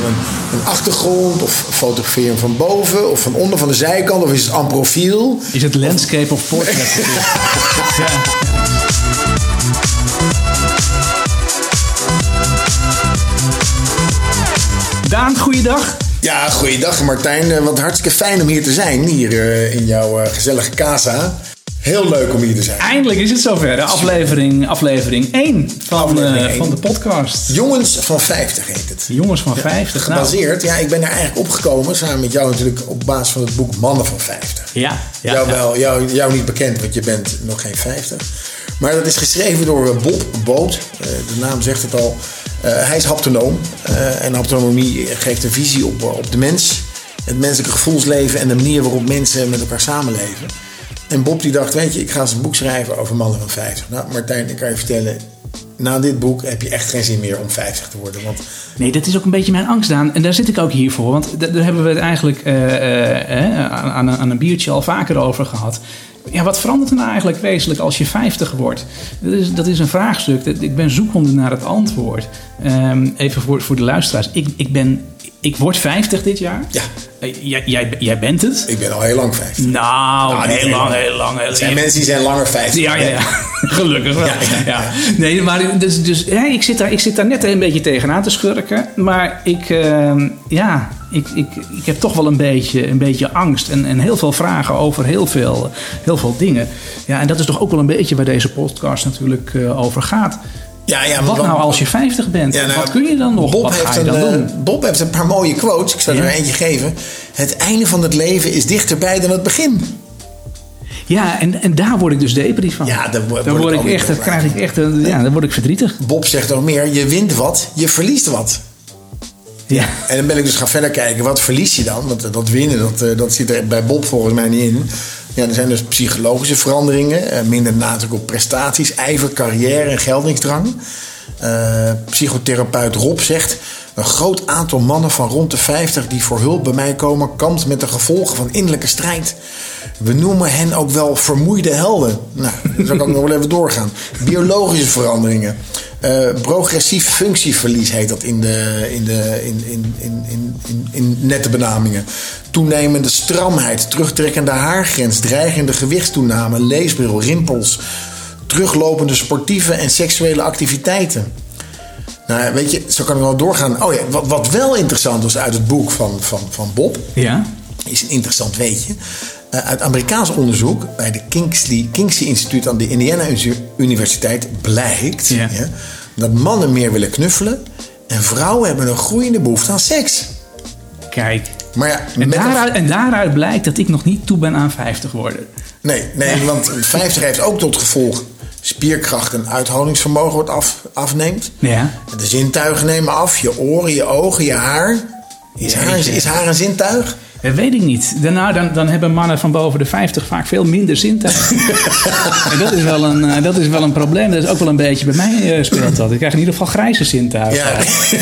een achtergrond? Of fotografeer je hem van boven? Of van onder, van de zijkant? Of is het en profiel? Is het landscape of portrait? Ja. Daan, goeiedag. Ja, goeiedag Martijn. Wat hartstikke fijn om hier te zijn. Hier in jouw gezellige casa. Heel leuk om hier te zijn. Eindelijk is het zover. Aflevering 1 van de podcast. Jongens van 50 heet het. Jongens van 50. Gebaseerd. Ja, ik ben er eigenlijk opgekomen. Samen met jou natuurlijk op basis van het boek Mannen van 50. Ja. Jou niet bekend, want je bent nog geen 50. Maar dat is geschreven door Bob Boot. De naam zegt het al. Hij is haptonoom. En haptonomie geeft een visie op de mens. Het menselijke gevoelsleven en de manier waarop mensen met elkaar samenleven. En Bob die dacht, weet je, ik ga eens een boek schrijven over mannen van 50. Nou Martijn, ik kan je vertellen, na dit boek heb je echt geen zin meer om 50 te worden. Want... Nee, dat is ook een beetje mijn angst, Daan. En daar zit ik ook hier voor. Want daar hebben we het eigenlijk aan een biertje al vaker over gehad. Ja, wat verandert er nou eigenlijk wezenlijk als je 50 wordt? Dat is een vraagstuk. Ik ben zoekende naar het antwoord. Even voor de luisteraars. Ik word 50 dit jaar. Ja. Jij bent het. Ik ben al heel lang 50. Nou, heel lang. Er zijn mensen die zijn langer 50. Ja. Gelukkig wel. Ja. Nee, maar dus ik zit daar net een beetje tegenaan te schurken. Maar ik heb toch wel een beetje angst. En heel veel vragen over heel veel dingen. Ja, en dat is toch ook wel een beetje waar deze podcast natuurlijk over gaat. Ja, wat nou als je 50 bent? Ja, nou, wat kun je dan nog? Wat ga je dan doen? Bob heeft een paar mooie quotes. Ik zal er eentje geven. Het einde van het leven is dichterbij dan het begin. Ja, en daar word ik dus depri van. Ja, daar word ik verdrietig. Bob zegt nog meer, je wint wat, je verliest wat. Ja. En dan ben ik dus gaan verder kijken, wat verlies je dan? Want dat winnen, dat zit er bij Bob volgens mij niet in. Ja, er zijn dus psychologische veranderingen. Minder nadruk op prestaties, ijver, carrière en geldingsdrang. Psychotherapeut Rob zegt... Een groot aantal mannen van rond de 50 die voor hulp bij mij komen... kampt met de gevolgen van innerlijke strijd. We noemen hen ook wel vermoeide helden. Nou, daar zou ik ook nog wel even doorgaan. Biologische veranderingen. Progressief functieverlies heet dat in nette benamingen. Toenemende stramheid, terugtrekkende haargrens, dreigende gewichtstoename, leesbril, rimpels, teruglopende sportieve en seksuele activiteiten. Nou, weet je, zo kan ik wel doorgaan. Oh ja, wat wel interessant was uit het boek van Bob, ja, is een interessant weetje. Uit Amerikaans onderzoek bij de Kingsley Instituut aan de Indiana Universiteit blijkt dat mannen meer willen knuffelen en vrouwen hebben een groeiende behoefte aan seks. Kijk, maar ja, en daaruit blijkt dat ik nog niet toe ben aan 50 worden. Nee, want 50 heeft ook tot gevolg spierkracht en uithoudingsvermogen wordt afneemt. Ja. De zintuigen nemen af, je oren, je ogen, je haar. Is haar een zintuig? Dat weet ik niet. Dan hebben mannen van boven de 50 vaak veel minder zintuigen. En dat is wel een probleem. Dat is ook wel een beetje bij mij speelt dat. Ik krijg in ieder geval grijze zintuigen. Ja.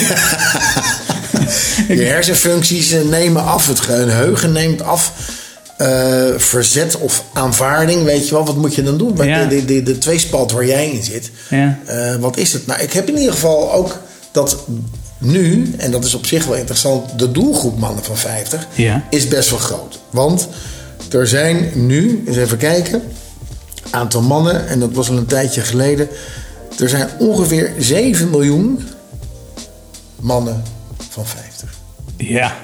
Je hersenfuncties nemen af. Het geheugen neemt af. Verzet of aanvaarding, weet je wel. Wat moet je dan doen? Ja. De tweespalt waar jij in zit. Ja. Wat is het? Nou, ik heb in ieder geval ook dat nu, en dat is op zich wel interessant, de doelgroep mannen van 50 is best wel groot. Want er zijn nu, eens even kijken, aantal mannen, en dat was al een tijdje geleden, er zijn ongeveer 7 miljoen mannen van 50. Ja.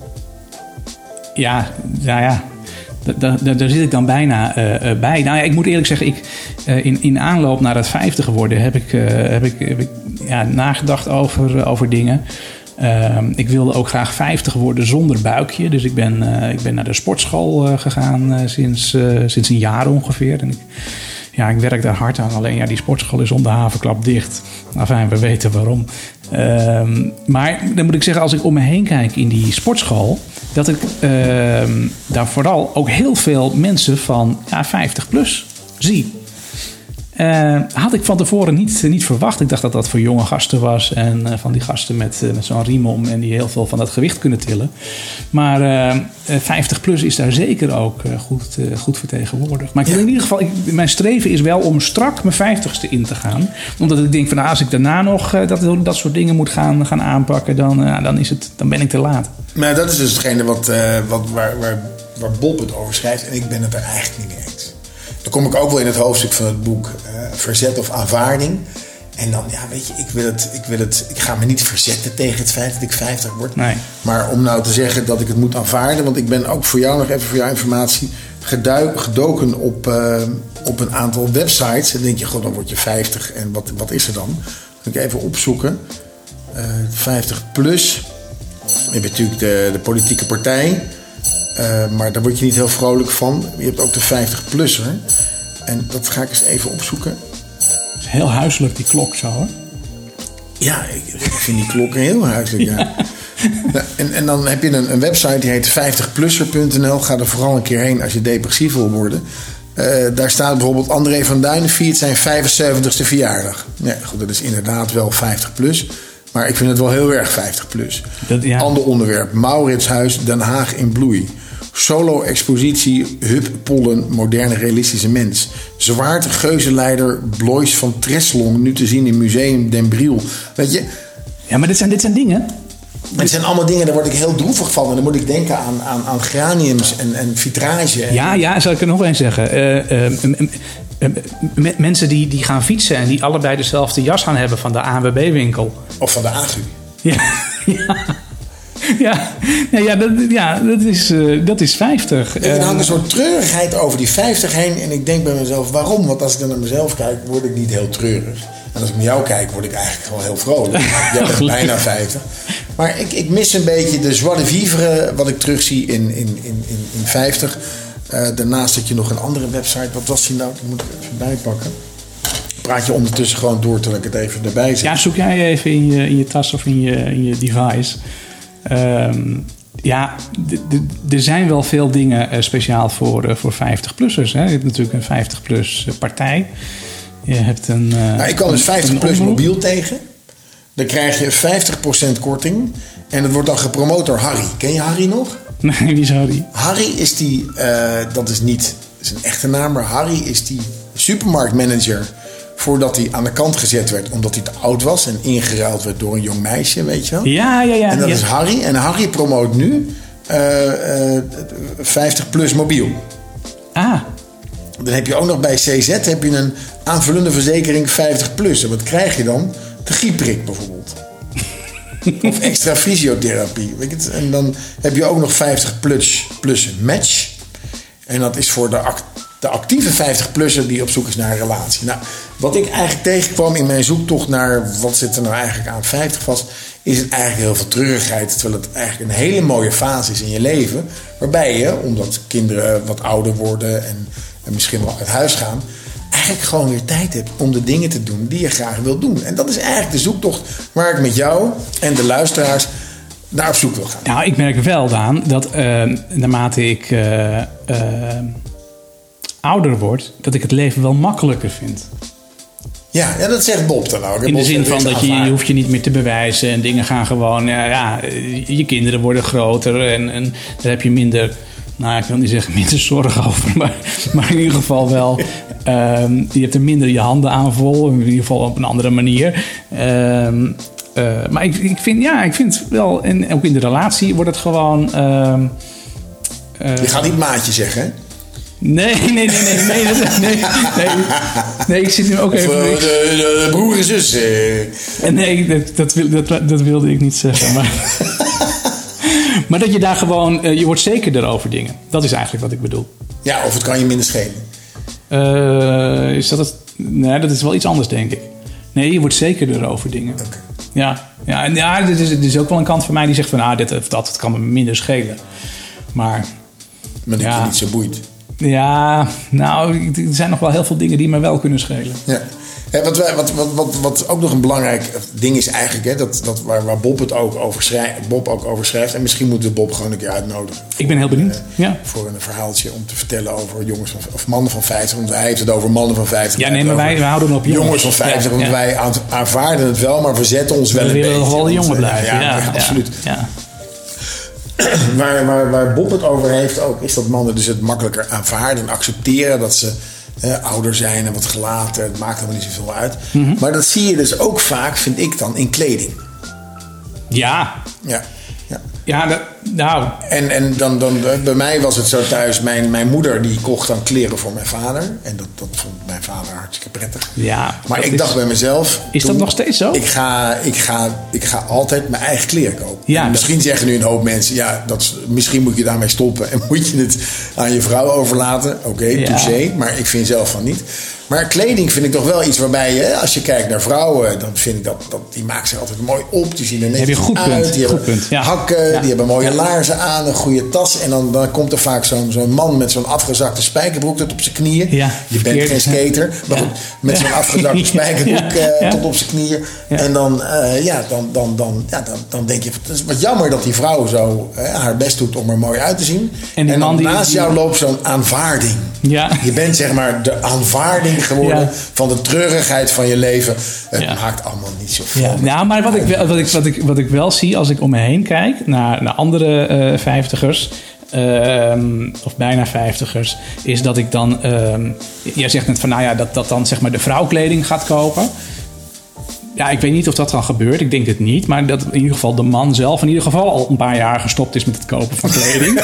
Ja, nou ja. Daar zit ik dan bijna bij. Nou ja, ik moet eerlijk zeggen, in aanloop naar het 50 worden heb ik nagedacht over dingen. Ik wilde ook graag 50 worden zonder buikje. Dus ik ben naar de sportschool gegaan sinds een jaar ongeveer. En ik werk daar hard aan. Alleen die sportschool is om de haverklap dicht. Enfin, we weten waarom. Maar dan moet ik zeggen, als ik om me heen kijk in die sportschool, dat ik daar vooral ook heel veel mensen van 50 plus zie. Had ik van tevoren niet verwacht. Ik dacht dat dat voor jonge gasten was. En van die gasten met zo'n riem om. En die heel veel van dat gewicht kunnen tillen. Maar 50 plus is daar zeker ook goed vertegenwoordigd. Maar in ieder geval, mijn streven is wel om strak mijn 50ste in te gaan. Omdat ik denk van als ik daarna nog dat soort dingen moet gaan aanpakken. Dan ben ik te laat. Maar dat is dus hetgene waar Bob het over schrijft. En ik ben het er eigenlijk niet mee eens. Dan kom ik ook wel in het hoofdstuk van het boek Verzet of Aanvaarding. En dan, weet je, ik ga me niet verzetten tegen het feit dat ik 50 word. Nee. Maar om nou te zeggen dat ik het moet aanvaarden. Want ik ben ook voor jou nog even voor jouw informatie gedoken op een aantal websites. En dan denk je, dan word je 50 en wat is er dan? Dan moet ik even opzoeken. 50 plus. Je hebt natuurlijk de politieke partij. Maar daar word je niet heel vrolijk van. Je hebt ook de 50-plusser. En dat ga ik eens even opzoeken. Het is heel huiselijk, die klok zo, hoor. Ja, ik vind die klokken heel huiselijk, ja. En dan heb je een website die heet 50plusser.nl. Ga er vooral een keer heen als je depressief wil worden. Daar staat bijvoorbeeld André van Duin viert zijn 75ste verjaardag. Ja, goed, dat is inderdaad wel 50 plus. Maar ik vind het wel heel erg 50 plus. Ander onderwerp. Mauritshuis, Den Haag in bloei. Solo-expositie, Huub Pollen, moderne realistische mens. Zwaard, geuzenleider, Blois van Treslong, nu te zien in Museum Den Briel. Weet je? Ja, maar dit zijn dingen. Het zijn allemaal dingen, daar word ik heel droevig van. En dan moet ik denken aan graniums en vitrage. Ja, zal ik er nog eens zeggen. Mensen die gaan fietsen en die allebei dezelfde jas aan hebben van de ANWB-winkel. Of van de AGU. Dat is 50. Er hangt een soort treurigheid over die 50 heen. En ik denk bij mezelf, waarom? Want als ik dan naar mezelf kijk, word ik niet heel treurig. En als ik naar jou kijk, word ik eigenlijk gewoon heel vrolijk. Jij bent bijna 50. Maar ik mis een beetje de joie de vivre wat ik terugzie in 50. Daarnaast had je nog een andere website. Wat was die nou? Die moet ik even bijpakken. Praat je ondertussen gewoon door terwijl ik het even erbij zet. Ja, zoek jij even in je tas of in je device. Er zijn wel veel dingen speciaal voor 50-plussers. Je hebt natuurlijk een 50-plus partij. Je hebt ik kwam dus 50-plus mobiel tegen. Dan krijg je 50% korting. En het wordt dan gepromoot door Harry. Ken je Harry nog? Nee, wie is Harry? Harry is dat is een echte naam, maar Harry is die supermarktmanager voordat hij aan de kant gezet werd omdat hij te oud was en ingeruild werd door een jong meisje, weet je wel? Ja. En dat is Harry. En Harry promoot nu 50 plus mobiel. Ah. Dan heb je ook nog bij CZ heb je een aanvullende verzekering 50 plus. En wat krijg je dan? De griepprik bijvoorbeeld. Of extra fysiotherapie. Weet je het? En dan heb je ook nog 50 plus match. En dat is voor de actieve 50-plusser die op zoek is naar een relatie. Nou, wat ik eigenlijk tegenkwam in mijn zoektocht naar wat zit er nou eigenlijk aan 50 vast, is het eigenlijk heel veel treurigheid. Terwijl het eigenlijk een hele mooie fase is in je leven. Waarbij je, omdat kinderen wat ouder worden en misschien wel uit huis gaan, eigenlijk gewoon weer tijd hebt om de dingen te doen die je graag wilt doen. En dat is eigenlijk de zoektocht waar ik met jou en de luisteraars naar op zoek wil gaan. Nou, ik merk wel, Daan, dat naarmate ik ouder word, dat ik het leven wel makkelijker vind. Ja, dat zegt Bob dan ook. In de zin van dat je hoeft je niet meer te bewijzen en dingen gaan gewoon, je kinderen worden groter en daar heb je minder, ik wil niet zeggen minder zorgen over, maar in ieder geval wel, je hebt er minder je handen aan vol, in ieder geval op een andere manier. Maar ik vind wel, en ook in de relatie wordt het gewoon. Je gaat niet maatje zeggen, hè? Nee, ik zit nu ook even. De broer en zus. Nee, dat wilde ik niet zeggen. Maar dat je daar gewoon, je wordt zekerder over dingen. Dat is eigenlijk wat ik bedoel. Ja, of het kan je minder schelen. Is dat het? Nee, dat is wel iets anders, denk ik. Nee, je wordt zekerder over dingen. Okay. Ja, er is ook wel een kant van mij die zegt van, dit of dat kan me minder schelen. Maar dat je niet zo boeit. Ja, er zijn nog wel heel veel dingen die me wel kunnen schelen. Ja. Wat ook nog een belangrijk ding is eigenlijk, hè, waar Bob het ook over schrijft. En misschien moeten we Bob gewoon een keer uitnodigen. Ik ben heel benieuwd. Voor een verhaaltje om te vertellen over jongens of mannen van 50. Want hij heeft het over mannen van 50. Ja, nee, maar wij houden op jongens van 50. Want wij aanvaarden het wel, maar we zetten ons wel een beetje. We willen wel jongen blijven. Ja, absoluut. Ja. Waar Bob het over heeft ook, is dat mannen dus het makkelijker aanvaarden en accepteren dat ze ouder zijn en wat gelaten. Het maakt helemaal niet zoveel uit. Mm-hmm. Maar dat zie je dus ook vaak, vind ik dan, in kleding. Ja. Ja, nou. En dan bij mij was het zo thuis. Mijn moeder die kocht dan kleren voor mijn vader. En dat vond mijn vader hartstikke prettig. Ja. Maar ik dacht bij mezelf. Is dat nog steeds zo? Ik ga altijd mijn eigen kleren kopen. Ja, misschien zeggen nu een hoop mensen. Ja, misschien moet je daarmee stoppen. En moet je het aan je vrouw overlaten. Oké, touché. Maar ik vind zelf van niet. Maar kleding vind ik toch wel iets waarbij je, als je kijkt naar vrouwen, dan vind ik dat die maken zich altijd mooi op. Die zien er netjes uit. Die hebben hakken, die hebben mooie laarzen aan, een goede tas. En dan komt er vaak zo'n man met zo'n afgezakte spijkerbroek tot op zijn knieën. Ja, je bent geen skater, maar goed, met zo'n afgezakte spijkerbroek tot op zijn knieën. Ja. En dan denk je, het is wat jammer dat die vrouw zo haar best doet om er mooi uit te zien. En dan naast jou loopt zo'n aanvaarding. Ja. Je bent zeg maar de aanvaarding geworden van de treurigheid van je leven. Het maakt allemaal niet zoveel. Ja. Nou, maar wat ik wel zie als ik om me heen kijk naar andere 50ers, of bijna 50ers, is dat ik dan, jij zegt net van dat dan zeg maar de vrouw kleding gaat kopen. Ja, ik weet niet of dat dan gebeurt. Ik denk het niet. Maar dat in ieder geval de man zelf in ieder geval al een paar jaar gestopt is met het kopen van kleding.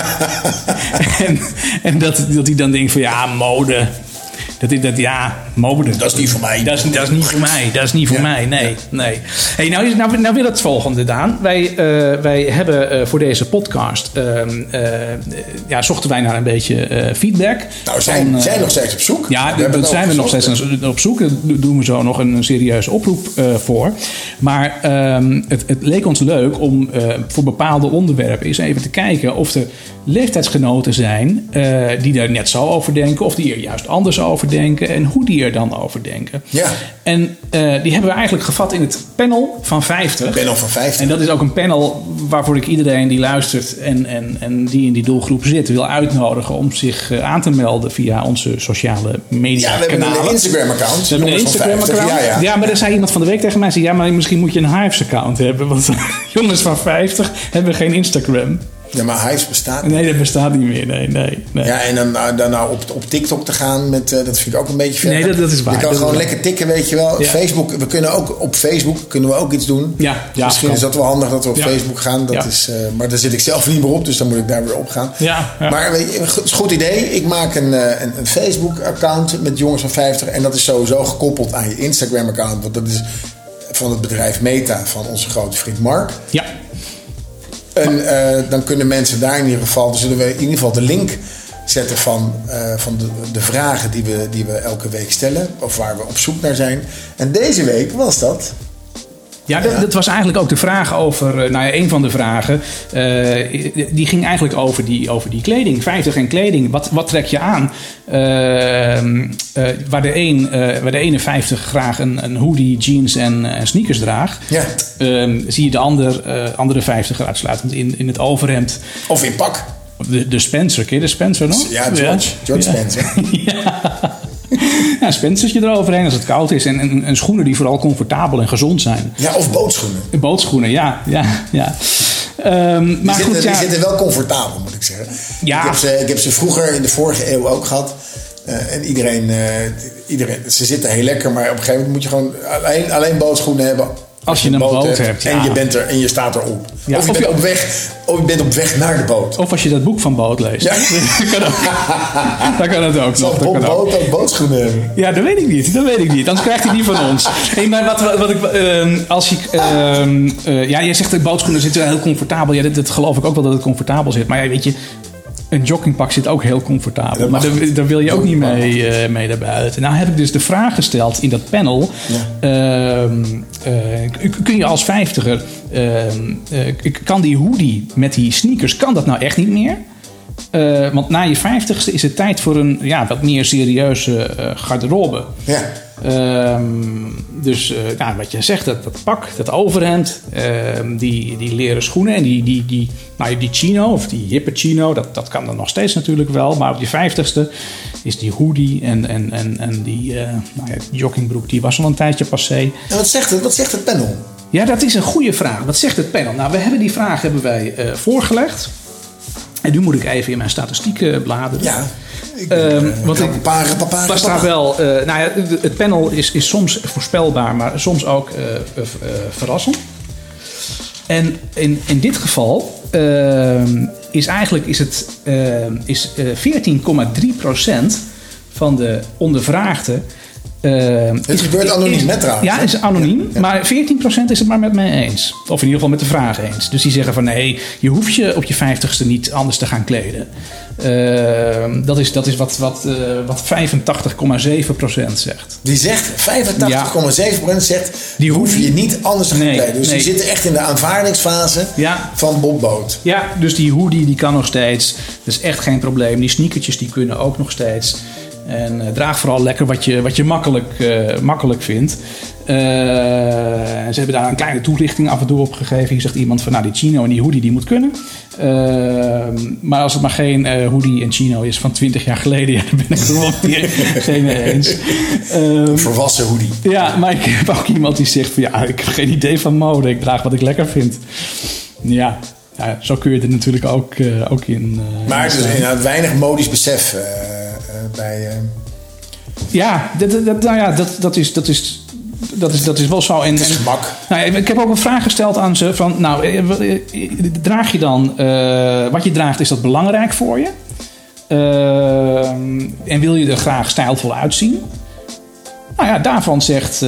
en dat hij dan denkt van mode. Mode. Dat is niet voor mij. Dat is niet voor mij. Dat is niet voor mij. Nee. Hey, nou wil het volgende, Daan. Wij hebben voor deze podcast zochten wij naar een beetje feedback. Nou, zijn nog steeds op zoek. Ja, daar zijn we nog steeds op zoek. Daar doen we zo nog een serieuze oproep voor. Maar het leek ons leuk om voor bepaalde onderwerpen eens even te kijken of er leeftijdsgenoten zijn die daar net zo over denken, of die er juist anders over denken en hoe die er dan over denken. Ja. En die hebben we eigenlijk gevat in het panel van 50. Panel van 50. En dat is ook een panel waarvoor ik iedereen die luistert en die in die doelgroep zit wil uitnodigen om zich aan te melden via onze sociale media kanalen. We hebben een Instagram-account. We hebben een Instagram-account. Ja, maar er zei iemand van de week tegen mij, zei, maar misschien moet je een Hives-account hebben, want jongens van 50 hebben geen Instagram. Ja, maar Hives bestaat niet. Nee, dat bestaat niet meer. Nee. Ja, en dan op TikTok te gaan, dat vind ik ook een beetje ver. Nee, dat is waar. Je kan gewoon lekker tikken, weet je wel. Ja. Facebook, op Facebook kunnen we ook iets doen. Ja, misschien is dat wel handig dat we op Facebook gaan. Dat is, maar daar zit ik zelf niet meer op, dus dan moet ik daar weer op gaan. Ja. Maar weet je, het is een goed idee. Ik maak een Facebook-account met jongens van 50. En dat is sowieso gekoppeld aan je Instagram-account. Want dat is van het bedrijf Meta, van onze grote vriend Mark. Ja. En dan kunnen mensen daar in ieder geval, zullen we in ieder geval de link zetten van de vragen die we elke week stellen, of waar we op zoek naar zijn. En deze week was dat. Ja, dat was eigenlijk ook de vraag over. Een van de vragen. Die ging eigenlijk over die kleding. 50 en kleding. Wat trek je aan? Waar de ene 50 graag een hoodie, jeans en sneakers draagt. Ja. Zie je de andere 50 uitsluitend in het overhemd. Of in pak. De Spencer. Ken je de Spencer nog? Ja, George Spencer. Ja. Ja, spencertje eroverheen als het koud is. En schoenen die vooral comfortabel en gezond zijn. Ja, of bootschoenen. Bootschoenen, ja. Die zitten wel comfortabel, moet ik zeggen. Ja. Ik heb ze vroeger in de vorige eeuw ook gehad. En iedereen, ze zitten heel lekker. Maar op een gegeven moment moet je gewoon alleen bootschoenen hebben. Als je een boot hebt, en je bent er en je staat erop. Ja, of je bent op weg naar de boot. Of als je dat boek van Boot leest. Ja. Dan kan het ook. Zal Bob Boot ook bootschoenen hebben? Ja, dat weet ik niet. Anders krijgt hij die van ons. Hey, maar wat ik... jij zegt dat bootschoenen zitten heel comfortabel. Ja, dat geloof ik ook wel dat het comfortabel zit. Maar ja, weet je... Een joggingpak zit ook heel comfortabel. Maar daar wil je ook niet mee naar buiten. Nou heb ik dus de vraag gesteld in dat panel. Ja. Kun je als 50er... kan die hoodie met die sneakers... kan dat nou echt niet meer? Want na je 50ste is het tijd voor een wat meer serieuze garderobe. Ja. Dus wat je zegt, dat pak, dat overhemd, die leren schoenen en die chino of die hippe chino, dat kan dan nog steeds natuurlijk wel. Maar op je 50ste is die hoodie en die joggingbroek, die was al een tijdje passé. En wat zegt het panel? Ja, dat is een goede vraag. Wat zegt het panel? Nou, we hebben die vraag voorgelegd. En nu moet ik even in mijn statistieken bladeren. Ja. Daar staat wel. Het panel is soms voorspelbaar, maar soms ook verrassend. En in dit geval is 14,3% van de ondervraagden. Het gebeurt anoniem, net trouwens. Ja, het is anoniem. Ja. Maar 14% is het maar met mij eens. Of in ieder geval met de vraag eens. Dus die zeggen van nee, je hoeft je op je 50ste niet anders te gaan kleden. Dat is wat 85,7% zegt. Die zegt, 85,7% zegt, die hoef je niet anders te gaan kleden. Dus die zitten echt in de aanvaardingsfase van Bob Boot. Ja, dus die hoodie die kan nog steeds. Dat is echt geen probleem. Die sneakertjes die kunnen ook nog steeds. En draag vooral lekker wat je makkelijk vindt. Ze hebben daar een kleine toelichting af en toe op gegeven. Hier zegt iemand van die chino en die hoodie die moet kunnen. Maar als het maar geen hoodie en chino is van 20 jaar geleden, dan ben ik het er wel geen mee eens. Volwassen hoodie. Ja, maar ik heb ook iemand die zegt van ik heb geen idee van mode. Ik draag wat ik lekker vind. Ja, zo kun je er natuurlijk ook in. Maar er is inderdaad weinig modisch besef bij. Ja, dat is wel zo. Het is gemak. Ik heb ook een vraag gesteld aan ze van, draag je dan wat je draagt, is dat belangrijk voor je? En wil je er graag stijlvol uitzien? Daarvan zegt 57,1%,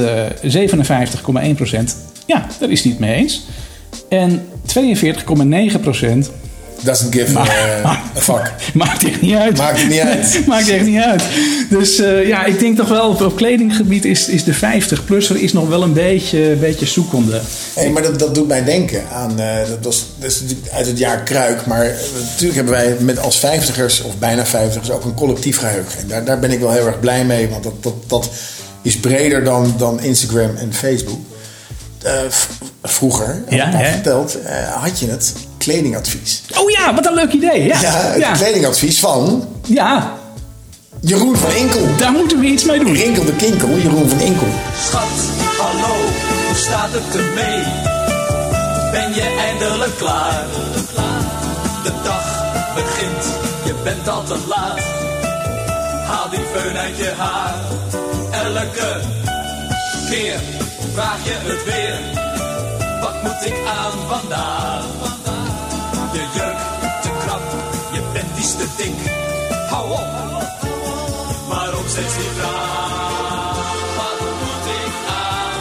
ja, daar is het niet mee eens. En 42,9% doesn't give a fuck. Maakt echt niet uit. Maakt echt niet uit. Dus ik denk toch wel op kledinggebied is de 50-plusser is nog wel een beetje zoekende. Hey, maar dat doet mij denken aan, dat is uit het jaar Kruik, maar natuurlijk hebben wij met als 50ers of bijna 50ers ook een collectief geheugen. En daar ben ik wel heel erg blij mee, want dat is breder dan Instagram en Facebook. Vroeger, verteld, had je het kledingadvies. Oh ja, wat een leuk idee. Het kledingadvies van Jeroen van Inkel. Daar moeten we iets mee doen. Rinkel de Kinkel, Jeroen van Inkel. Schat, hallo, hoe staat het ermee? Ben je eindelijk klaar? De dag begint, je bent al te laat. Haal die föhn uit je haar. Elke keer vraag je het weer. Wat moet ik aan vandaag? Je jurk te krap, je bent iets te dik. Hou op, waarom steeds die vraag? Wat moet ik aan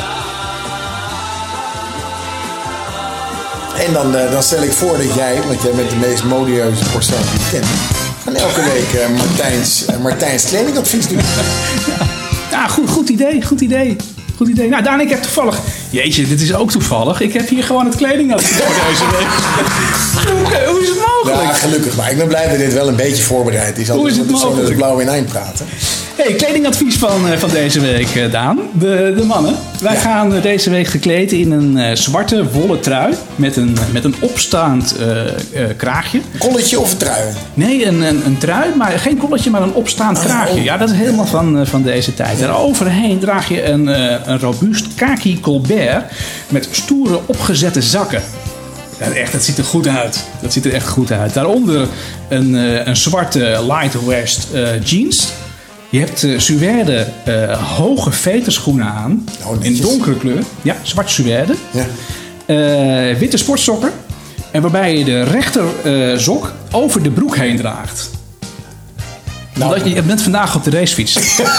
vandaag? En dan stel ik voor dat jij, want jij bent de meest modieuze persoon die ik ken, gaan elke week Martijns kledingadvies doen. Ja, goed idee. Nou, Daan, ik heb toevallig... Jeetje, dit is ook toevallig. Ik heb hier gewoon het kledingadvies voor deze week. Hoe is het mogelijk? Ja, gelukkig. Maar ik ben blij dat dit wel een beetje voorbereid is. Hoe is het mogelijk? Zo blauw in eind praten. Hey, kledingadvies van deze week, Daan. De mannen. Wij gaan deze week gekleed in een zwarte wollen trui. Met een opstaand kraagje. Een kolletje of een trui? Nee, een trui. Maar geen kolletje, maar een opstaand kraagje. Ja, dat is helemaal van deze tijd. Daaroverheen draag je een robuust kaki colbert. Met stoere opgezette zakken. Ja, echt, dat ziet er goed uit. Dat ziet er echt goed uit. Daaronder een zwarte lightwest jeans. Je hebt suède hoge veterschoenen aan. In donkere kleur. Ja, zwart suède. Ja. Witte sportsokken. En waarbij je de rechter sok over de broek heen draagt. Omdat je bent vandaag op de racefiets.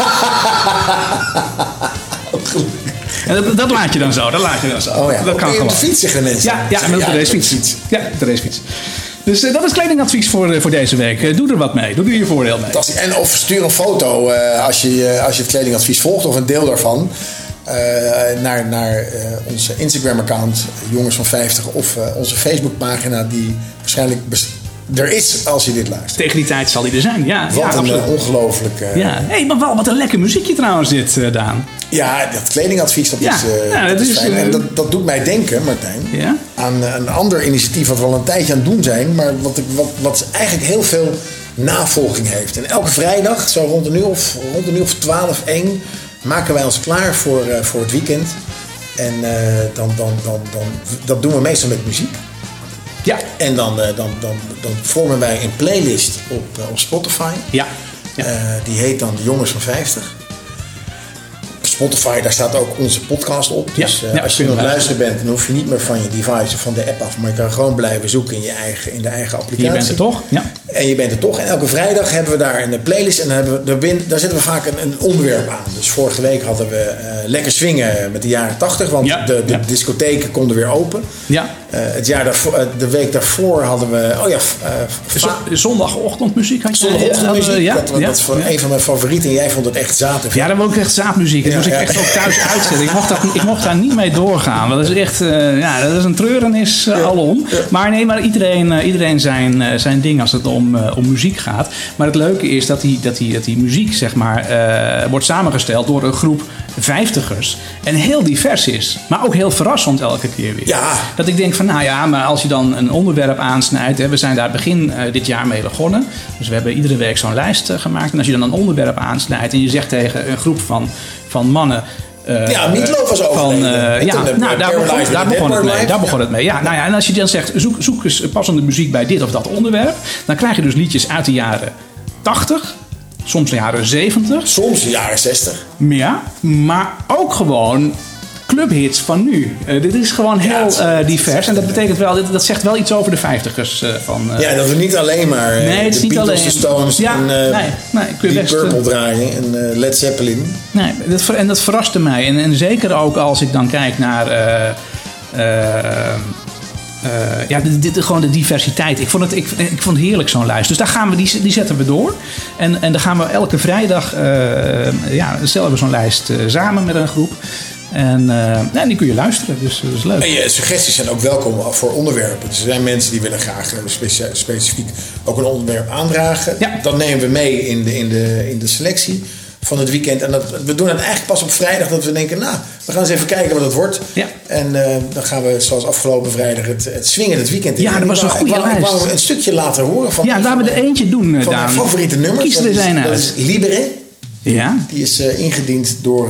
En dat laat je dan zo. Oh ja, dat kan gewoon. Op de fiets zeggen mensen. Ja, met op de racefiets. Ja, op de racefiets. Dus dat is kledingadvies voor deze week. Doe er wat mee. Doe er je voordeel mee. En of stuur een foto als je het kledingadvies volgt of een deel daarvan. Naar onze Instagram-account Jongens van 50 of onze Facebookpagina die waarschijnlijk er is als je dit luistert. Tegen die tijd zal hij er zijn, ja. Wat een absoluut. ongelooflijk... Ja, maar wel wat een lekker muziekje trouwens dit, Daan. Ja, dat kledingadvies, dat is fijn. En dat doet mij denken, Martijn, aan een ander initiatief wat we al een tijdje aan het doen zijn, maar wat eigenlijk heel veel navolging heeft. En elke vrijdag, zo rond een uur of 12, 1, maken wij ons klaar voor het weekend. En dat doen we meestal met muziek. Ja. En dan vormen wij een playlist op Spotify. Ja. Die heet dan De Jongens van 50. Spotify, daar staat ook onze podcast op. Dus als je aan het luisteren bent, dan hoef je niet meer van je device of van de app af. Maar je kan gewoon blijven zoeken in de eigen applicatie. Je bent er toch? Ja. En je bent er toch. En elke vrijdag hebben we daar een playlist. En daar zetten we vaak een onderwerp aan. Dus vorige week hadden we lekker swingen met de jaren 80. Want de discotheken konden weer open. Ja. De week daarvoor hadden we... zondagochtendmuziek had je. Zondagochtendmuziek. Dat was een van mijn favorieten. En jij vond het echt zaad. Ja, dat was ook echt zaadmuziek. Dat moest ik echt ook thuis uitzetten. Ik mocht daar niet mee doorgaan. Want dat is echt... dat is een treurenis alom. Ja. Maar iedereen zijn ding als het om muziek gaat. Maar het leuke is dat die muziek, zeg maar, wordt samengesteld door een groep 50ers. En heel divers is. Maar ook heel verrassend elke keer weer. Ja. Dat ik denk van, maar als je dan een onderwerp aansnijdt. We zijn daar begin dit jaar mee begonnen. Dus we hebben iedere week zo'n lijst gemaakt. En als je dan een onderwerp aansnijdt en je zegt tegen een groep van mannen... Meatloaf was ook. Daar begon het mee. Ja, en als je dan zegt, zoek eens passende muziek bij dit of dat onderwerp. Dan krijg je dus liedjes uit de jaren 80. Soms de jaren 70. Soms de jaren 60. Ja, maar ook gewoon clubhits van nu. Dit is gewoon heel divers. En dat betekent wel, dat zegt wel iets over de 50ers. Dat we niet alleen maar de Beatles, de Stones en Deep Purple draaien en Led Zeppelin. Nee, dat verraste mij. En zeker ook als ik dan kijk naar... gewoon de diversiteit. Ik vond het heerlijk, zo'n lijst. Dus daar gaan we, die zetten we door. En dan gaan we elke vrijdag stellen we zo'n lijst samen met een groep. En die kun je luisteren, dus dat is leuk. En je suggesties zijn ook welkom voor onderwerpen. Dus er zijn mensen die willen graag specifiek ook een onderwerp aandragen. Ja. Dat nemen we mee in de selectie van het weekend. En we doen het eigenlijk pas op vrijdag dat we denken, we gaan eens even kijken wat het wordt. Ja. En dan gaan we zoals afgelopen vrijdag het swingen het weekend in. Ja, dat was een goede lijst. Ik wou een stukje laten horen van... Ja, laten we er eentje doen, van mijn favoriete nummers. Kies er zijn uit. Dat is Libre. Ja. Die is ingediend door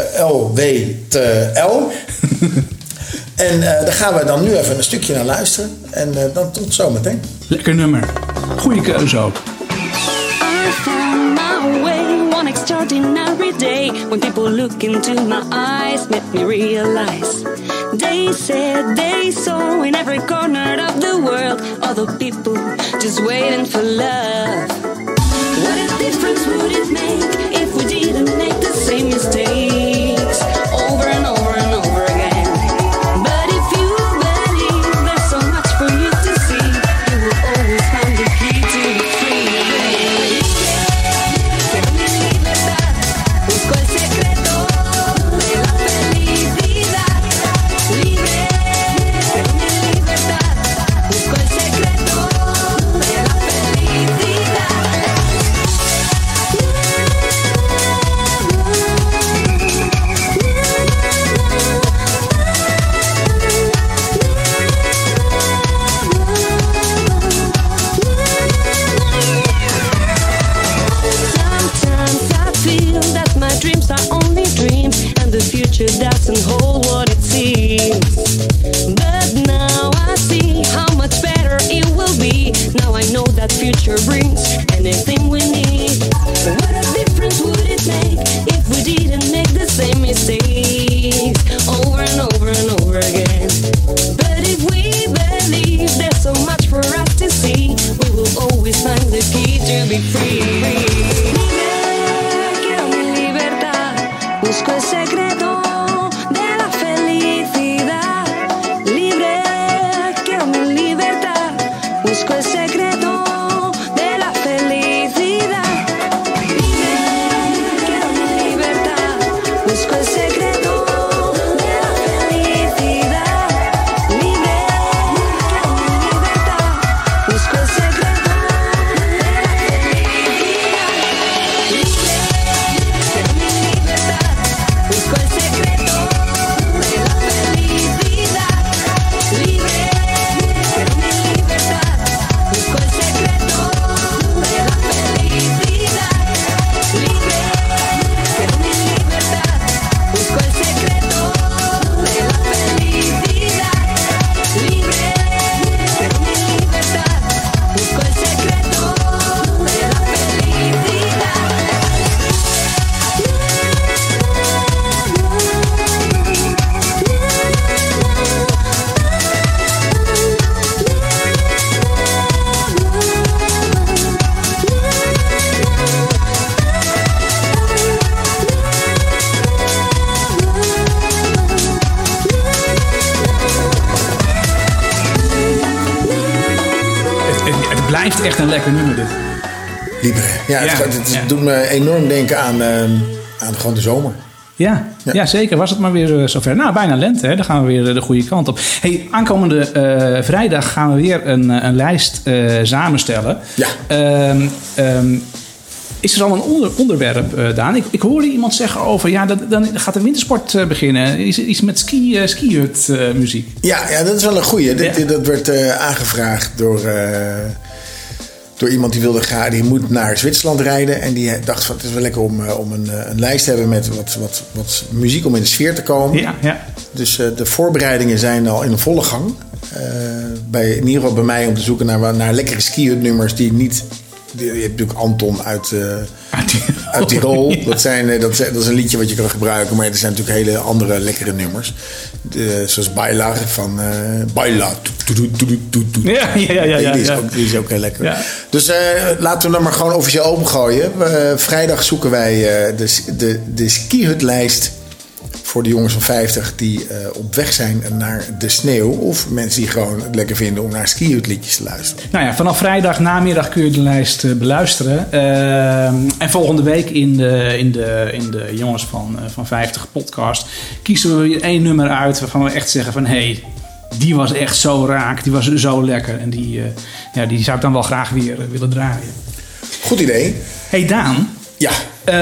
LWTL. En daar gaan we dan nu even een stukje naar luisteren. En dan tot zometeen. Lekker nummer. Goeie keuze ook. I found my way one extraordinary day. When people look into my eyes, make me realize. They said they saw in every corner of the world other people just waiting for love. What a difference would it make if we didn't make the same mistakes over and over and over again? But if you believe there's so much for you to see, you will always find the key to be free. Quiero mi libertad, busco el secreto de la felicidad. Libre, quiero mi libertad, busco el secreto de la felicidad. Dreams are only dreams, and the future doesn't hold what it seems. But now I see how much better it will be. Now I know that future brings anything we need. What a difference would it make if we didn't make the same mistakes over and over and over again? But if we believe there's so much for us to see, we will always find the key to be free. Busco el secreto de la felicidad. Libre, quiero mi libertad. Busco el secreto de la felicidad. Libre, quiero mi libertad. Busco el secreto de la felicidad. Libre, quiero mi libertad. Busco el secreto. blijft echt een lekker nummer dit. Libre. Ja, het doet me enorm denken aan gewoon de zomer. Ja, zeker. Was het maar weer zover. Nou, bijna lente. Hè? Dan gaan we weer de goede kant op. Hey, aankomende vrijdag gaan we weer een lijst samenstellen. Ja. Is er al een onderwerp, Daan? Ik hoorde iemand zeggen over... Ja, dan gaat de wintersport beginnen. Iets met skihut muziek. Ja, dat is wel een goeie. Dat werd aangevraagd door iemand die moet naar Zwitserland rijden. En die dacht van het is wel lekker om een lijst te hebben met wat muziek om in de sfeer te komen. Ja. Dus de voorbereidingen zijn al in volle gang. In ieder geval bij mij om te zoeken naar lekkere skihutnummers die niet... Je hebt natuurlijk Anton uit Tirol. Dat is een liedje wat je kan gebruiken. Maar er zijn natuurlijk hele andere lekkere nummers. Zoals Baila van Baila. Ja. Die is ook heel lekker. Ja. Dus laten we hem maar gewoon officieel opengooien. Vrijdag zoeken wij de skihutlijst voor de jongens van 50 die op weg zijn naar de sneeuw. Of mensen die gewoon het lekker vinden om naar skihutliedjes te luisteren. Nou ja, vanaf vrijdag namiddag kun je de lijst beluisteren. En volgende week in de jongens van 50 podcast kiezen we weer 1 nummer uit waarvan we echt zeggen van hey, die was echt zo raak, die was zo lekker. En die zou ik dan wel graag weer willen draaien. Goed idee. Hey Daan. Ja.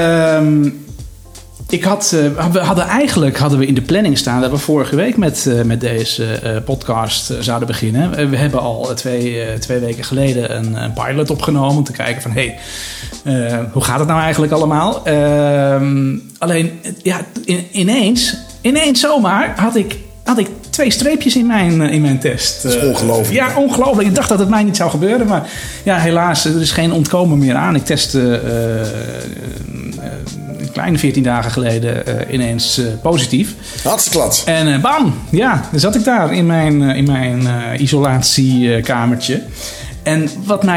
Hadden we in de planning staan dat we vorige week met deze podcast zouden beginnen. We hebben al twee weken geleden een pilot opgenomen om te kijken van hoe gaat het nou eigenlijk allemaal? Alleen ineens zomaar had ik 2 streepjes in mijn test. Dat is ongelooflijk. Ja, ongelooflijk. Ik dacht dat het mij niet zou gebeuren. Maar ja, helaas, er is geen ontkomen meer aan. Ik testte een kleine 14 dagen geleden ineens positief. Hartstikke klats. En bam! Ja, dan zat ik daar in mijn isolatiekamertje. En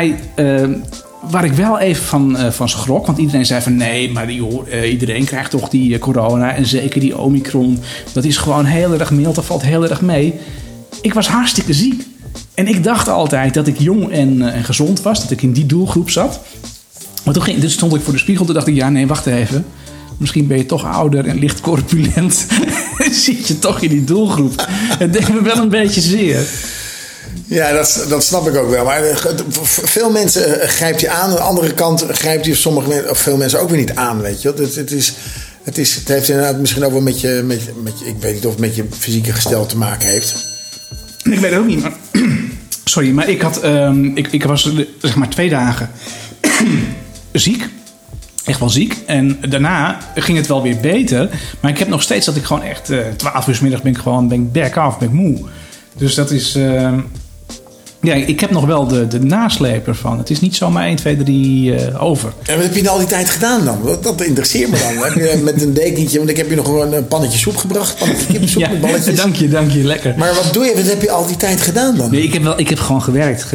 waar ik wel even van schrok. Want iedereen zei van nee, maar iedereen krijgt toch die corona. En zeker die Omicron. Dat is gewoon heel erg mild. Dat valt heel erg mee. Ik was hartstikke ziek. En ik dacht altijd dat ik jong en gezond was. Dat ik in die doelgroep zat. Maar toen stond ik voor de spiegel. Toen dacht ik, ja nee, wacht even. Misschien ben je toch ouder en licht corpulent. Zit je toch in die doelgroep. Het deed me wel een beetje zeer. Ja, dat snap ik ook wel. Maar veel mensen grijpt je aan. Aan de andere kant grijpt je veel mensen ook weer niet aan. Weet je. Het heeft inderdaad misschien ook wel met je... Ik weet niet of het met je fysieke gestel te maken heeft. Ik weet het ook niet. Maar, sorry, maar ik was zeg maar 2 dagen ziek. Echt wel ziek. En daarna ging het wel weer beter. Maar ik heb nog steeds dat ik gewoon echt... 12 uur 's middags ben ik back off, ben ik moe. Dus dat is... ja, ik heb nog wel de nasleep ervan. Het is niet zomaar 1, 2, 3 over. En wat heb je al die tijd gedaan dan? Dat interesseert me dan. Heb je met een dekentje... Want ik heb je nog gewoon een pannetje soep gebracht. Pannetje kippensoep met balletjes. Dank je. Lekker. Maar wat heb je al die tijd gedaan dan? Nee, ik heb gewoon gewerkt.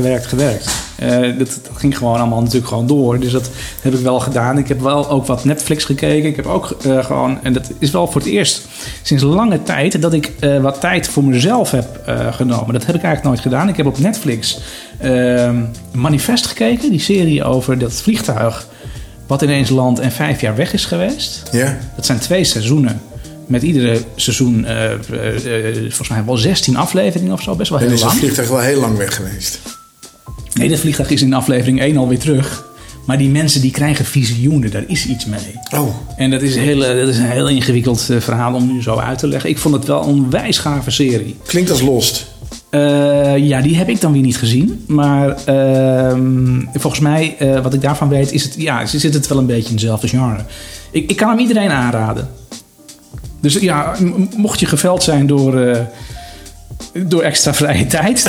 Dat ging gewoon allemaal natuurlijk gewoon door. Dus dat heb ik wel gedaan. Ik heb wel ook wat Netflix gekeken. Ik heb ook gewoon... En dat is wel voor het eerst sinds lange tijd... dat ik wat tijd voor mezelf heb genomen. Dat heb ik eigenlijk nooit gedaan. Ik heb op Netflix Manifest gekeken. Die serie over dat vliegtuig... wat ineens landt en 5 jaar weg is geweest. Ja. Dat zijn 2 seizoenen. Met iedere seizoen volgens mij wel 16 afleveringen of zo. Best wel heel lang. En is het vliegtuig wel heel lang weg geweest? Nee, dat vliegtuig is in aflevering 1 alweer terug. Maar die mensen die krijgen visioenen, daar is iets mee. Oh. En dat is een heel ingewikkeld verhaal om nu zo uit te leggen. Ik vond het wel een onwijs gave serie. Klinkt als Lost. Ja, die heb ik dan weer niet gezien. Maar volgens mij, wat ik daarvan weet, is het... Ja, zit het wel een beetje in hetzelfde genre. Ik kan hem iedereen aanraden. Dus ja, mocht je geveld zijn door extra vrije tijd,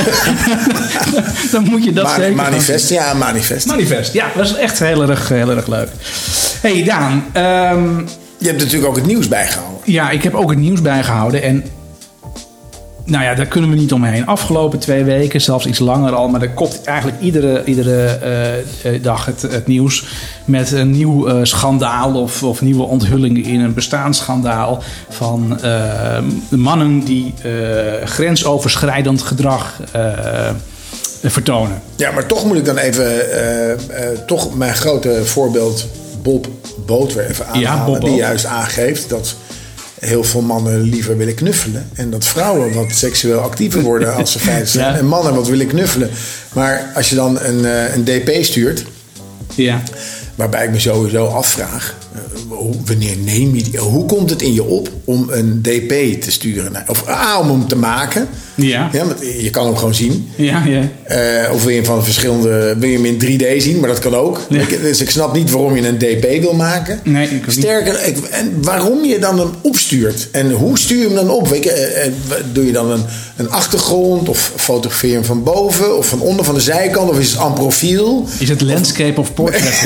dan moet je dat zeker... Manifest, ja, dat is echt heel erg leuk. Hey Daan. Je hebt natuurlijk ook het nieuws bijgehouden. Ja, ik heb ook het nieuws bijgehouden. En nou ja, daar kunnen we niet omheen. Afgelopen 2 weken, zelfs iets langer al. Maar er komt eigenlijk iedere dag het nieuws met een nieuw schandaal of nieuwe onthullingen in een bestaansschandaal van mannen die grensoverschrijdend gedrag vertonen. Ja, maar toch moet ik dan even toch mijn grote voorbeeld Bob Boot weer even aanhalen. Die juist aangeeft dat heel veel mannen liever willen knuffelen. En dat vrouwen wat seksueel actiever worden als ze 50 zijn. Ja. En mannen wat willen knuffelen. Maar als je dan een DP stuurt... Ja. Waarbij ik me sowieso afvraag... wanneer neem je die? Hoe komt het in je op om een DP te sturen? Of om hem te maken. Ja. Want je kan hem gewoon zien. Ja. Of wil je hem van verschillende... Wil je hem in 3D zien? Maar dat kan ook. Ja. Dus ik snap niet waarom je een DP wil maken. Nee, ik sterker, en waarom je dan hem opstuurt. En hoe stuur je hem dan op? Doe je dan een achtergrond? Of fotografeer je hem van boven? Of van onder, van de zijkant? Of is het en profiel? Is het landscape of portrait?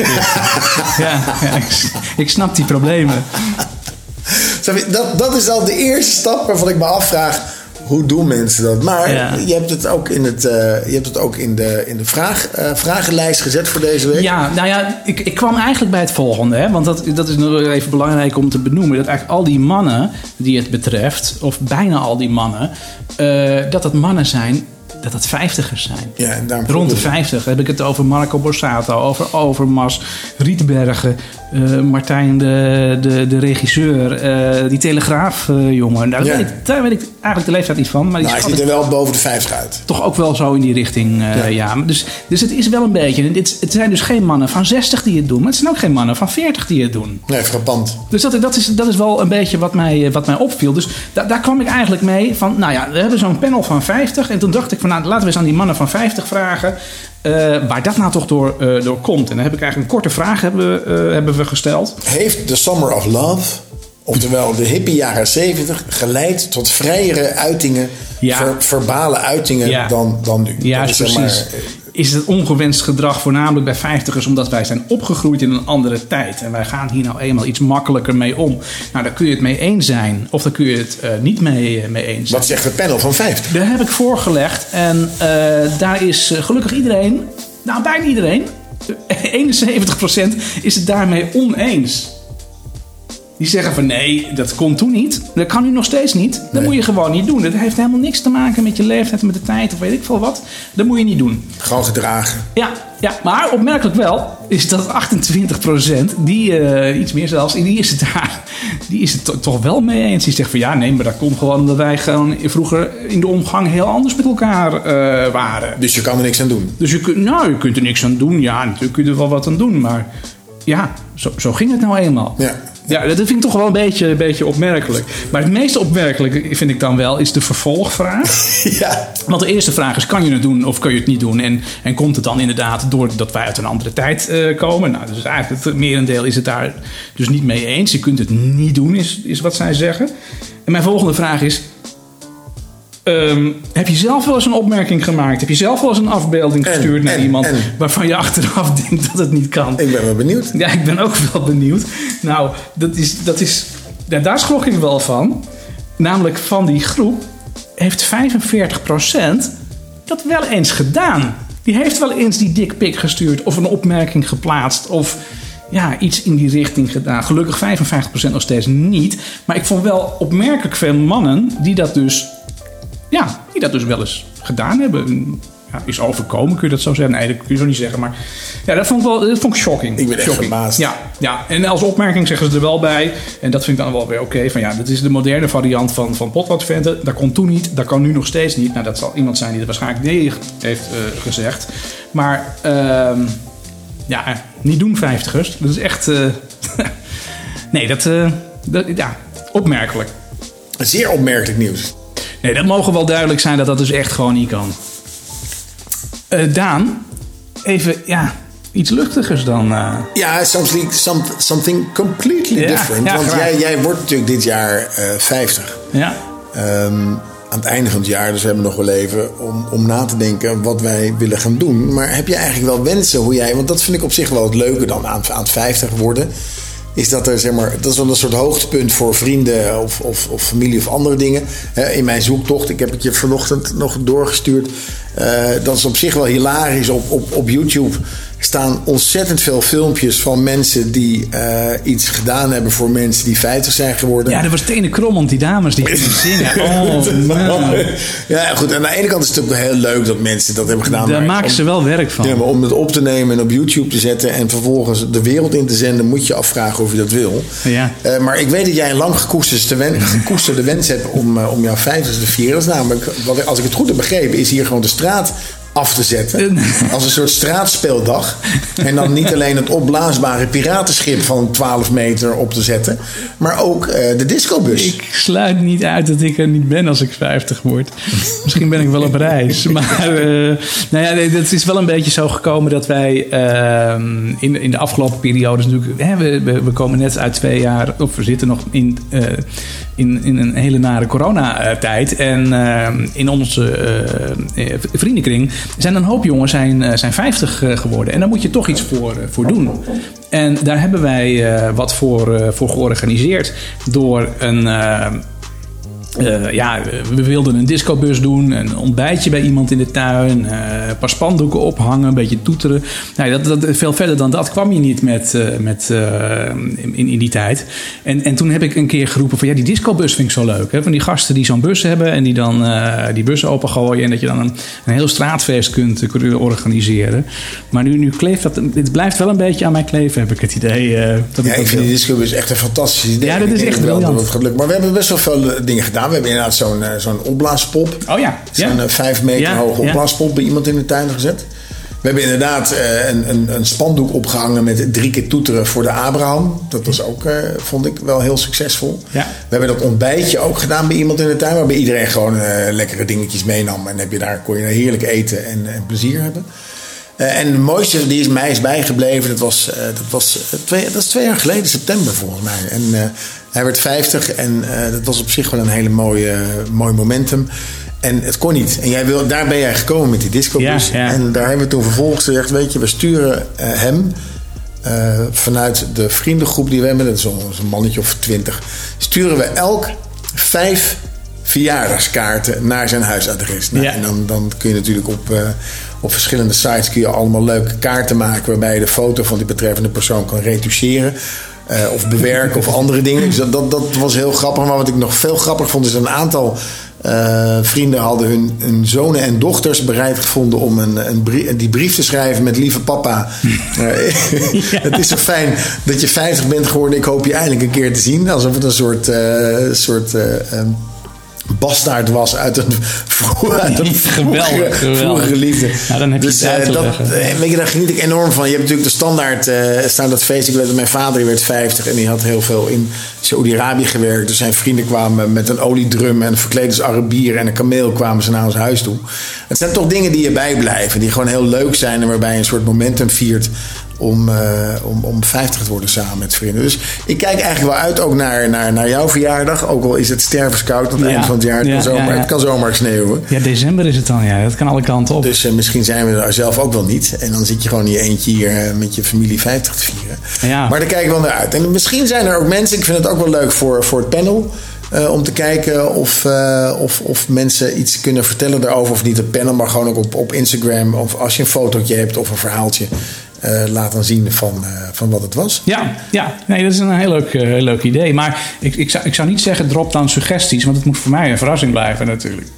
Ik snap die problemen. Dat is al de eerste stap waarvan ik me afvraag... Hoe doen mensen dat? Maar je hebt het ook in de vragenlijst gezet voor deze week. Ja, nou ja, ik kwam eigenlijk bij het volgende. Hè? Want dat is nog even belangrijk om te benoemen. Dat eigenlijk al die mannen die het betreft... of bijna al die mannen... dat mannen zijn... dat het 50ers zijn. Ja, rond de 50 heb ik het over Marco Borsato, over Overmars, Rietbergen, Martijn de regisseur, die Telegraafjongen. Daar weet ik eigenlijk de leeftijd niet van. Maar hij ziet er wel boven de 50 uit. Toch ook wel zo in die richting, ja. Dus het is wel een beetje... Het zijn dus geen mannen van 60 die het doen, maar het zijn ook geen mannen van 40 die het doen. Nee, frappant. Dus dat is wel een beetje wat mij opviel. Dus daar kwam ik eigenlijk mee van, nou ja, we hebben zo'n panel van 50 en toen dacht ik van, nou, laten we eens aan die mannen van 50 vragen waar dat nou toch door komt. En dan heb ik eigenlijk een korte vraag hebben we gesteld. Heeft The Summer of Love, oftewel de hippie jaren 70, geleid tot vrijere uitingen, verbale uitingen dan nu? Ja, precies. Is het ongewenst gedrag voornamelijk bij 50ers omdat wij zijn opgegroeid in een andere tijd. En wij gaan hier nou eenmaal iets makkelijker mee om. Nou, daar kun je het mee eens zijn of daar kun je het niet mee eens zijn. Wat zegt het panel van 50? Daar heb ik voorgelegd en daar is gelukkig iedereen, nou bijna iedereen, 71% is het daarmee oneens. Die zeggen van nee, dat kon toen niet. Dat kan nu nog steeds niet. Dat moet je gewoon niet doen. Dat heeft helemaal niks te maken met je leeftijd, met de tijd of weet ik veel wat. Dat moet je niet doen. Gewoon gedragen. Ja, maar opmerkelijk wel is dat 28%, die iets meer zelfs, die is het toch wel mee eens. Die zegt van ja, nee, maar dat komt gewoon omdat wij gewoon vroeger in de omgang heel anders met elkaar waren. Dus je kan er niks aan doen? Dus je kunt er niks aan doen. Ja, natuurlijk kun je er wel wat aan doen. Maar ja, zo ging het nou eenmaal. Ja, dat vind ik toch wel een beetje opmerkelijk. Maar het meest opmerkelijke vind ik dan wel is de vervolgvraag. Ja. Want de eerste vraag is, kan je het doen of kun je het niet doen? En komt het dan inderdaad doordat wij uit een andere tijd komen? Nou, dus eigenlijk het merendeel is het daar dus niet mee eens. Je kunt het niet doen, is wat zij zeggen. En mijn volgende vraag is... heb je zelf wel eens een opmerking gemaakt? Heb je zelf wel eens een afbeelding gestuurd naar iemand waarvan je achteraf denkt dat het niet kan? Ik ben wel benieuwd. Ja, ik ben ook wel benieuwd. Nou, daar schrok ik wel van. Namelijk van die groep heeft 45% dat wel eens gedaan. Die heeft wel eens die dickpic gestuurd of een opmerking geplaatst of iets in die richting gedaan. Gelukkig 55% nog steeds niet. Maar ik vond wel opmerkelijk veel mannen die dat dus wel eens gedaan hebben. Ja, is overkomen, kun je dat zo zeggen? Nee, dat kun je zo niet zeggen. Maar ja, dat vond ik shocking. Ik ben echt verbaasd. Ja, en als opmerking zeggen ze er wel bij. En dat vind ik dan wel weer oké. Van ja, dat is de moderne variant van potloodventen. Dat kon toen niet, dat kan nu nog steeds niet. Nou, dat zal iemand zijn die er waarschijnlijk nee heeft gezegd. Maar niet doen 50ers. Dat is echt... nee, opmerkelijk. Zeer opmerkelijk nieuws. Nee, dat mogen wel duidelijk zijn dat dus echt gewoon niet kan. Daan, even iets luchtigers dan... Ja, something completely different. Want jij wordt natuurlijk dit jaar 50. Ja. Aan het einde van het jaar, dus we hebben nog wel even om na te denken wat wij willen gaan doen. Maar heb je eigenlijk wel wensen hoe jij... Want dat vind ik op zich wel het leuke dan aan het 50 worden. Is dat er, zeg maar, dat is wel een soort hoogtepunt voor vrienden of familie of andere dingen. In mijn zoektocht, ik heb het je vanochtend nog doorgestuurd. Dat is op zich wel hilarisch op YouTube. staan ontzettend veel filmpjes van mensen die iets gedaan hebben voor mensen die 50 zijn geworden. Ja, dat was Tene Krommend, die dames die gingen zingen. Oh, man. Ja, goed. Aan de ene kant is het natuurlijk heel leuk dat mensen dat hebben gedaan. Daar maken ze wel werk van. Ja, maar om het op te nemen en op YouTube te zetten en vervolgens de wereld in te zenden, moet je afvragen of je dat wil. Ja. Maar ik weet dat jij een lang gekoesterde wens hebt om jouw 50 te vieren. Dat is namelijk, als ik het goed heb begrepen, is hier gewoon de straat af te zetten. Als een soort straatspeeldag. En dan niet alleen het opblaasbare piratenschip van 12 meter op te zetten. Maar ook de discobus. Ik sluit niet uit dat ik er niet ben als ik 50 word. Misschien ben ik wel op reis. Maar het is wel een beetje zo gekomen dat wij in de afgelopen periodes natuurlijk... We komen net uit 2 jaar... Of we zitten nog in een hele nare coronatijd. En in onze vriendenkring zijn een hoop jongens zijn 50 geworden. En daar moet je toch iets voor doen. En daar hebben wij wat voor georganiseerd. Door we wilden een discobus doen, een ontbijtje bij iemand in de tuin, een paar spandoeken ophangen, een beetje toeteren. Nou, veel verder dan dat kwam je niet in die tijd. En toen heb ik een keer geroepen van die discobus vind ik zo leuk. Hè? Van die gasten die zo'n bus hebben en die dan die bus opengooien en dat je dan een heel straatfeest kunt organiseren. Maar nu kleeft dat, het blijft wel een beetje aan mij kleven, heb ik het idee. Ik vind die discobus echt een fantastisch idee. Ja, dat is echt briljant. Maar we hebben best wel veel dingen gedaan. We hebben inderdaad zo'n opblaaspop. Oh ja. Zo'n 5 meter hoge opblaaspop bij iemand in de tuin gezet. We hebben inderdaad een spandoek opgehangen met 3 keer toeteren voor de Abraham. Dat was ook, vond ik, wel heel succesvol. Ja. We hebben dat ontbijtje ook gedaan bij iemand in de tuin. Waarbij iedereen gewoon lekkere dingetjes meenam. En kon je heerlijk eten en plezier hebben. En het mooiste die mij is bijgebleven, dat is 2 jaar geleden, september volgens mij. En hij werd 50 en dat was op zich wel een hele mooi momentum. En het kon niet. En daar ben jij gekomen met die discobus. Ja. En daar hebben we toen vervolgens gezegd, weet je, we sturen hem vanuit de vriendengroep die we hebben, dat is zo'n mannetje of 20, sturen we elk 5 verjaardagskaarten naar zijn huisadres. Nou, en dan kun je natuurlijk op verschillende sites kun je allemaal leuke kaarten maken waarbij je de foto van die betreffende persoon kan retoucheren. Of bewerken of andere dingen. Dus dat was heel grappig. Maar wat ik nog veel grappiger vond is dat een aantal vrienden hadden hun zonen en dochters bereid gevonden om die brief te schrijven met lieve papa. Het is zo fijn dat je 50 bent geworden. Ik hoop je eindelijk een keer te zien. Alsof het een soort bastaard was uit een vroegere liefde. Nou, dan heb je weet je, daar geniet ik enorm van. Je hebt natuurlijk de standaard feest. Ik weet dat mijn vader die werd 50 en die had heel veel in Saudi-Arabië gewerkt. Dus zijn vrienden kwamen met een oliedrum en verkleed als Arabier en een kameel kwamen ze naar ons huis toe. Het zijn toch dingen die je bijblijven, die gewoon heel leuk zijn en waarbij je een soort momentum viert om 50 te worden samen met vrienden. Dus ik kijk eigenlijk wel uit ook naar jouw verjaardag. Ook al is het stervenskoud aan het eind van het jaar. Het kan zomaar sneeuwen. Ja, december is het dan. Ja, dat kan alle kanten op. Dus misschien zijn we er zelf ook wel niet. En dan zit je gewoon in je eentje hier met je familie 50 te vieren. Ja. Maar daar kijk ik wel naar uit. En misschien zijn er ook mensen, ik vind het ook wel leuk voor het panel, om te kijken of mensen iets kunnen vertellen daarover. Of niet het panel, maar gewoon ook op Instagram. Of als je een fotootje hebt of een verhaaltje. Laat dan zien van wat het was. Ja. Nee, dat is een heel leuk idee. Maar ik zou niet zeggen drop dan suggesties. Want het moet voor mij een verrassing blijven natuurlijk.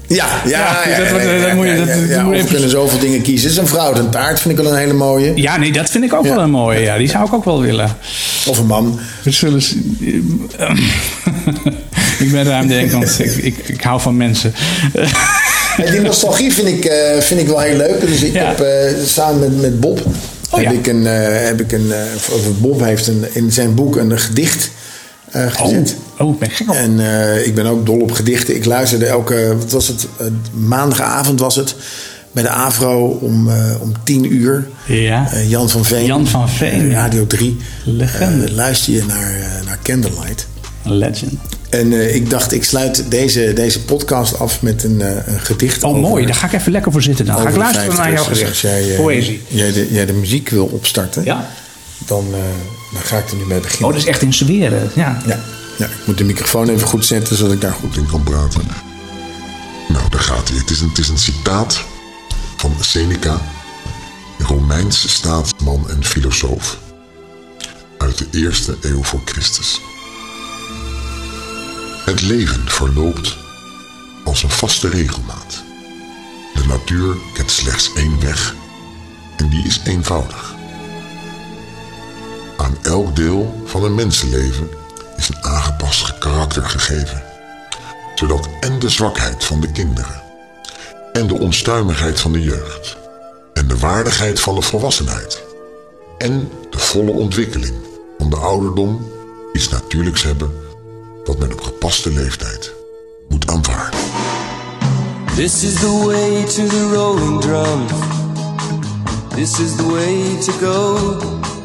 We kunnen zoveel dingen kiezen. Het is een vrouw en taart, vind ik wel een hele mooie. Ja, nee, dat vind ik ook wel een mooie. Ja, die zou ik ook wel willen. Of een man. Ik ben ruimdenkend. Ik hou van mensen. Die nostalgie vind ik wel heel leuk. Dus ik heb samen met Bob Bob heeft in zijn boek een gedicht gezet. Ik ben gek op. En ik ben ook dol op gedichten. Ik luisterde maandagavond was het, bij de AVRO om 10:00. Ja. Jan van Veen. Radio 3. Legende. Luister je naar Candlelight. Legend. En ik dacht, ik sluit deze podcast af met een gedicht. Mooi. Daar ga ik even lekker voor zitten dan. Ga ik luisteren naar jouw gedicht. Poëzie. Jij de muziek wil opstarten, dan ga ik er nu mee beginnen. Dat is echt in zweren. Ja, ik moet de microfoon even goed zetten, zodat ik daar goed in kan praten. Nou, daar gaat hij. Het is een citaat van Seneca. Romeinse staatsman en filosoof uit de 1e eeuw voor Christus. Het leven verloopt als een vaste regelmaat. De natuur kent slechts één weg en die is eenvoudig. Aan elk deel van een mensenleven is een aangepast karakter gegeven, zodat en de zwakheid van de kinderen en de onstuimigheid van de jeugd en de waardigheid van de volwassenheid en de volle ontwikkeling van de ouderdom iets natuurlijks hebben wat men op gepaste leeftijd moet aanvaarden. This is the way to the rolling drums. This is the way to go.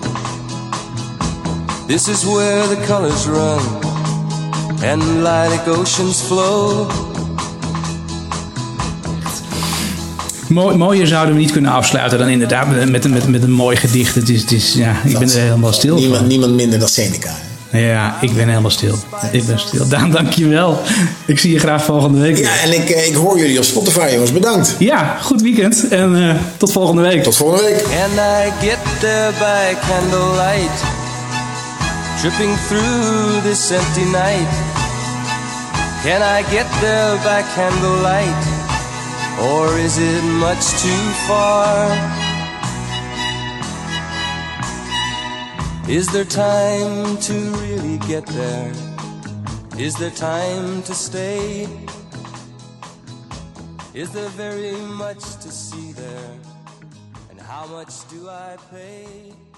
This is where the colors run and lilac oceans flow. Mooier zouden we niet kunnen afsluiten dan inderdaad met een mooi gedicht. Ik ben er helemaal stil van. Niemand minder dan Seneca. Ja, ik ben helemaal stil. Ik ben stil. Daan, dank je wel. Ik zie je graag volgende week. Ja, en ik hoor jullie op Spotify, jongens. Bedankt. Ja, goed weekend. En tot volgende week. Tot volgende week. And I get there by candlelight, tripping through this empty night. Can I get there by candlelight? Or is it much too far? Is there time to really get there? Is there time to stay? Is there very much to see there? And how much do I pay?